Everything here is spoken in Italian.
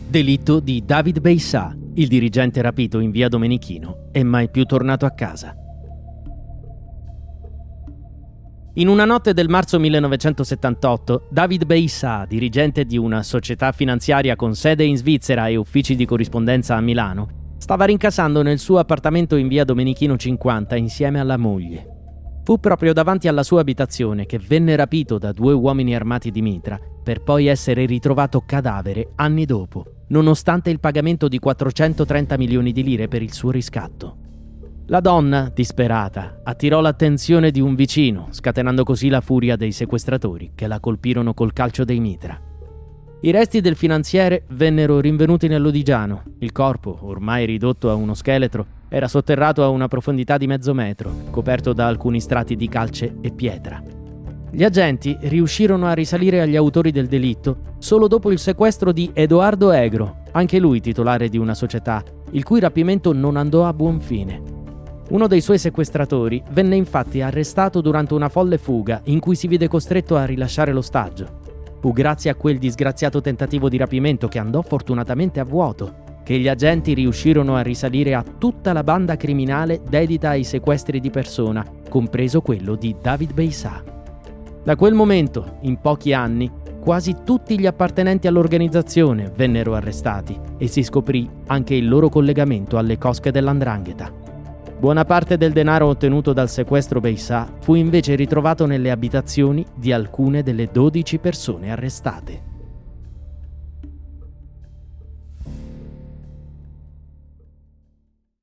Delitto di David Beissà, il dirigente rapito in via Domenichino e mai più tornato a casa. In una notte del marzo 1978, David Beissà, dirigente di una società finanziaria con sede in Svizzera e uffici di corrispondenza a Milano, stava rincasando nel suo appartamento in via Domenichino 50 insieme alla moglie. Fu proprio davanti alla sua abitazione che venne rapito da 2 uomini armati di mitra, per poi essere ritrovato cadavere anni dopo, nonostante il pagamento di 430 milioni di lire per il suo riscatto. La donna, disperata, attirò l'attenzione di un vicino, scatenando così la furia dei sequestratori che la colpirono col calcio dei mitra. I resti del finanziere vennero rinvenuti nell'Odigiano. Il corpo, ormai ridotto a uno scheletro, era sotterrato a una profondità di mezzo metro, coperto da alcuni strati di calce e pietra. Gli agenti riuscirono a risalire agli autori del delitto solo dopo il sequestro di Edoardo Egro, anche lui titolare di una società, il cui rapimento non andò a buon fine. Uno dei suoi sequestratori venne infatti arrestato durante una folle fuga in cui si vide costretto a rilasciare l'ostaggio. Fu grazie a quel disgraziato tentativo di rapimento, che andò fortunatamente a vuoto, che gli agenti riuscirono a risalire a tutta la banda criminale dedita ai sequestri di persona, compreso quello di David Beissà. Da quel momento, in pochi anni, quasi tutti gli appartenenti all'organizzazione vennero arrestati e si scoprì anche il loro collegamento alle cosche dell''ndrangheta. Buona parte del denaro ottenuto dal sequestro Beissà fu invece ritrovato nelle abitazioni di alcune delle 12 persone arrestate.